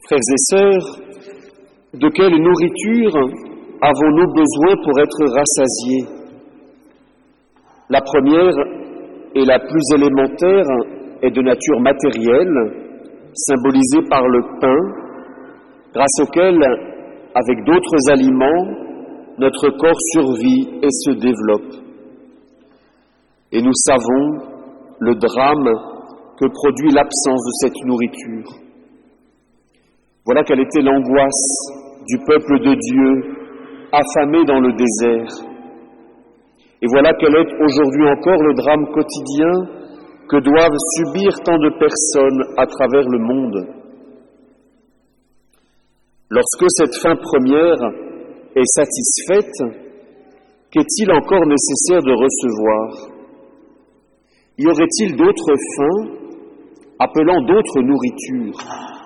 Frères et sœurs, de quelle nourriture avons-nous besoin pour être rassasiés? La première et la plus élémentaire est de nature matérielle, symbolisée par le pain, grâce auquel, avec d'autres aliments, notre corps survit et se développe. Et nous savons le drame que produit l'absence de cette nourriture. Voilà quelle était l'angoisse du peuple de Dieu, affamé dans le désert. Et voilà quel est aujourd'hui encore le drame quotidien que doivent subir tant de personnes à travers le monde. Lorsque cette faim première est satisfaite, qu'est-il encore nécessaire de recevoir? Y aurait-il d'autres faims appelant d'autres nourritures?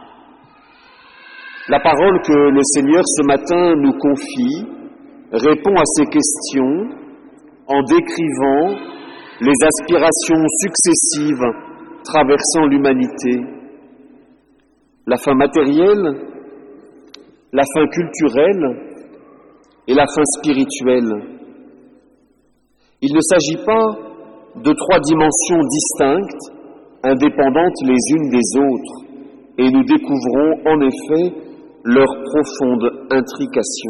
La parole que le Seigneur ce matin nous confie répond à ces questions en décrivant les aspirations successives traversant l'humanité. La faim matérielle, la faim culturelle et la faim spirituelle. Il ne s'agit pas de trois dimensions distinctes, indépendantes les unes des autres, et nous découvrons en effet leur profonde intrication.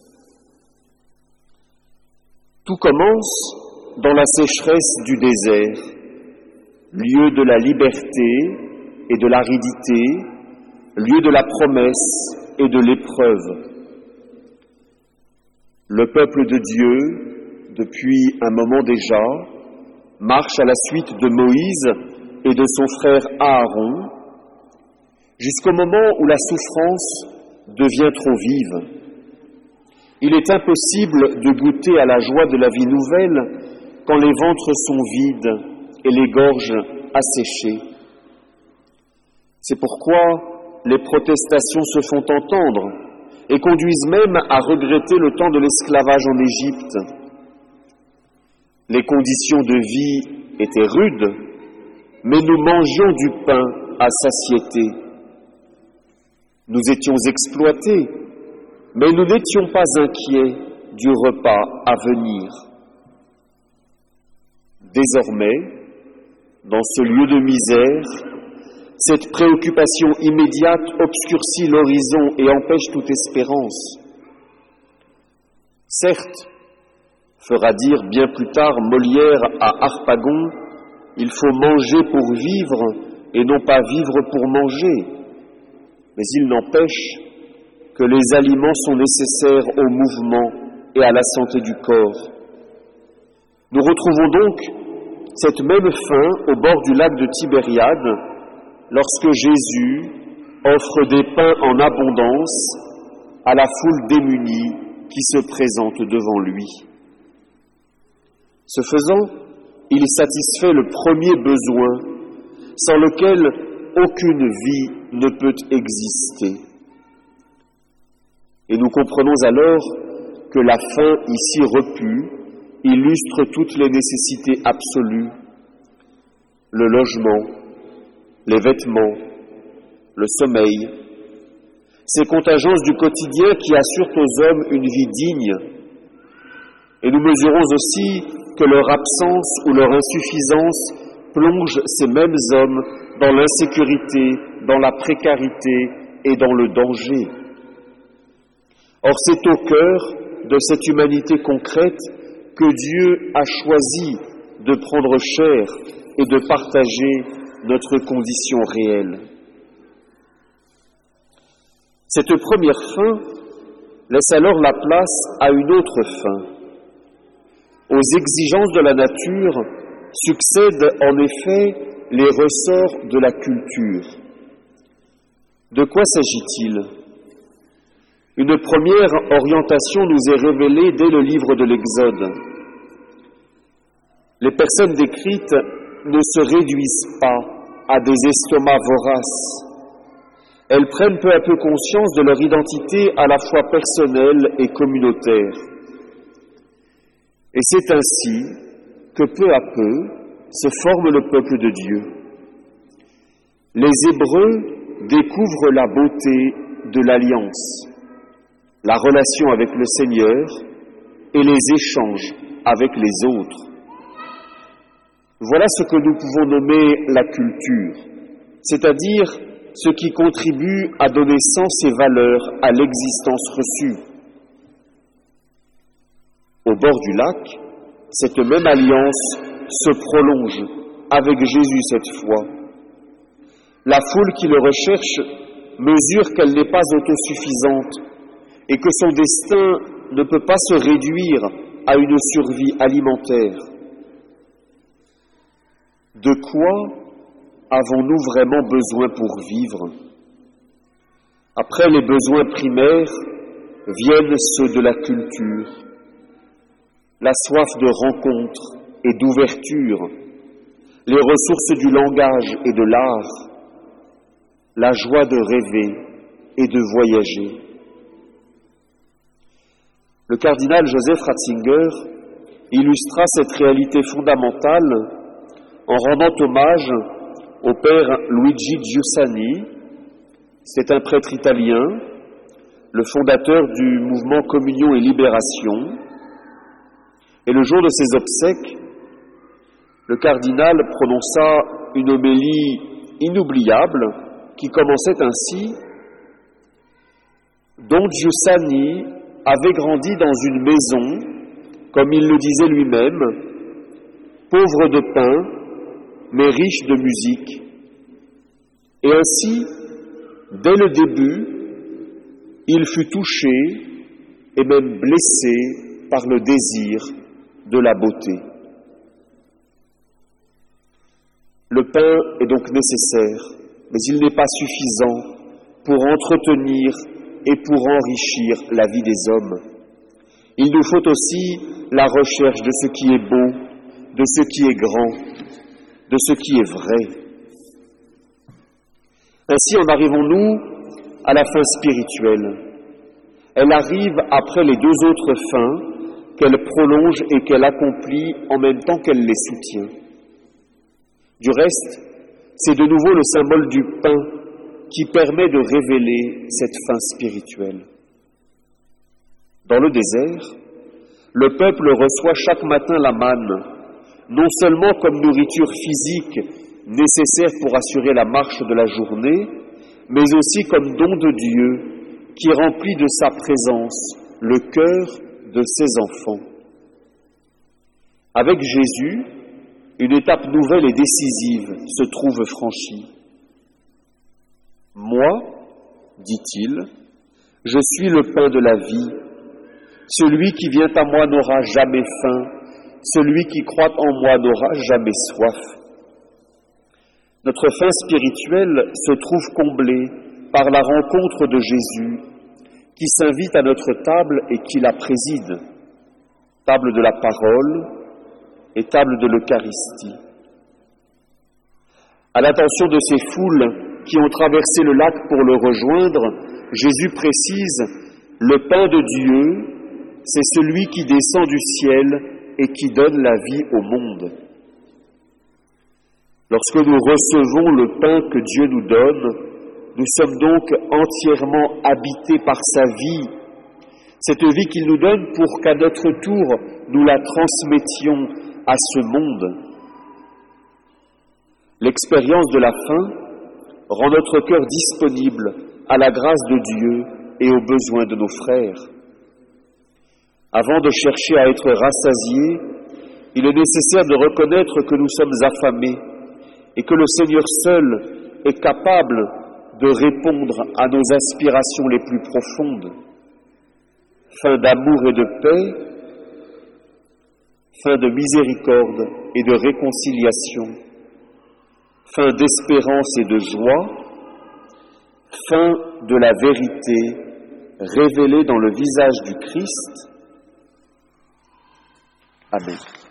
Tout commence dans la sécheresse du désert, lieu de la liberté et de l'aridité, lieu de la promesse et de l'épreuve. Le peuple de Dieu, depuis un moment déjà, marche à la suite de Moïse et de son frère Aaron, jusqu'au moment où la souffrance devient trop vive. Il est impossible de goûter à la joie de la vie nouvelle quand les ventres sont vides et les gorges asséchées. C'est pourquoi les protestations se font entendre et conduisent même à regretter le temps de l'esclavage en Égypte. Les conditions de vie étaient rudes, mais nous mangions du pain à satiété. Nous étions exploités, mais nous n'étions pas inquiets du repas à venir. Désormais, dans ce lieu de misère, cette préoccupation immédiate obscurcit l'horizon et empêche toute espérance. Certes, fera dire bien plus tard Molière à Harpagon, il faut manger pour vivre et non pas vivre pour manger. Mais il n'empêche que les aliments sont nécessaires au mouvement et à la santé du corps. Nous retrouvons donc cette même faim au bord du lac de Tibériade, lorsque Jésus offre des pains en abondance à la foule démunie qui se présente devant lui. Ce faisant, il satisfait le premier besoin, sans lequel aucune vie ne peut exister. Et nous comprenons alors que la faim ici repue illustre toutes les nécessités absolues, le logement, les vêtements, le sommeil, ces contingences du quotidien qui assurent aux hommes une vie digne. Et nous mesurons aussi que leur absence ou leur insuffisance plonge ces mêmes hommes dans l'insécurité, dans la précarité et dans le danger. Or, c'est au cœur de cette humanité concrète que Dieu a choisi de prendre chair et de partager notre condition réelle. Cette première faim laisse alors la place à une autre faim. Aux exigences de la nature succèdent en effet les ressorts de la culture. De quoi s'agit-il? Une première orientation nous est révélée dès le livre de l'Exode. Les personnes décrites ne se réduisent pas à des estomacs voraces. Elles prennent peu à peu conscience de leur identité à la fois personnelle et communautaire. Et c'est ainsi que peu à peu se forme le peuple de Dieu. Les Hébreux découvrent la beauté de l'alliance, la relation avec le Seigneur et les échanges avec les autres. Voilà ce que nous pouvons nommer la culture, c'est-à-dire ce qui contribue à donner sens et valeur à l'existence reçue. Au bord du lac, cette même alliance se prolonge avec Jésus cette fois. La foule qui le recherche mesure qu'elle n'est pas autosuffisante et que son destin ne peut pas se réduire à une survie alimentaire. De quoi avons-nous vraiment besoin pour vivre? Après les besoins primaires viennent ceux de la culture, la soif de rencontre et d'ouverture, les ressources du langage et de l'art, la joie de rêver et de voyager. Le cardinal Joseph Ratzinger illustra cette réalité fondamentale en rendant hommage au père Luigi Giussani. C'est un prêtre italien, le fondateur du mouvement Communion et Libération. Et le jour de ses obsèques, le cardinal prononça une homélie inoubliable qui commençait ainsi: Don Giussani avait grandi dans une maison, comme il le disait lui-même, pauvre de pain, mais riche de musique. Et ainsi, dès le début, il fut touché et même blessé par le désir de la beauté. Le pain est donc nécessaire, mais il n'est pas suffisant pour entretenir et pour enrichir la vie des hommes. Il nous faut aussi la recherche de ce qui est beau, de ce qui est grand, de ce qui est vrai. Ainsi en arrivons-nous à la fin spirituelle. Elle arrive après les deux autres fins qu'elle prolonge et qu'elle accomplit en même temps qu'elle les soutient. Du reste, c'est de nouveau le symbole du pain qui permet de révéler cette fin spirituelle. Dans le désert, le peuple reçoit chaque matin la manne, non seulement comme nourriture physique nécessaire pour assurer la marche de la journée, mais aussi comme don de Dieu qui remplit de sa présence le cœur de ses enfants. Avec Jésus, une étape nouvelle et décisive se trouve franchie. Moi, dit-il, je suis le pain de la vie. Celui qui vient à moi n'aura jamais faim. Celui qui croit en moi n'aura jamais soif. Notre faim spirituelle se trouve comblée par la rencontre de Jésus, qui s'invite à notre table et qui la préside, table de la parole et table de l'Eucharistie. À l'attention de ces foules qui ont traversé le lac pour le rejoindre, Jésus précise: le pain de Dieu, c'est celui qui descend du ciel et qui donne la vie au monde. Lorsque nous recevons le pain que Dieu nous donne, nous sommes donc entièrement habités par sa vie, cette vie qu'il nous donne pour qu'à notre tour, nous la transmettions à ce monde. L'expérience de la faim rend notre cœur disponible à la grâce de Dieu et aux besoins de nos frères. Avant de chercher à être rassasiés, il est nécessaire de reconnaître que nous sommes affamés et que le Seigneur seul est capable de répondre à nos aspirations les plus profondes. Fin d'amour et de paix, fin de miséricorde et de réconciliation, fin d'espérance et de joie, fin de la vérité révélée dans le visage du Christ. Amen.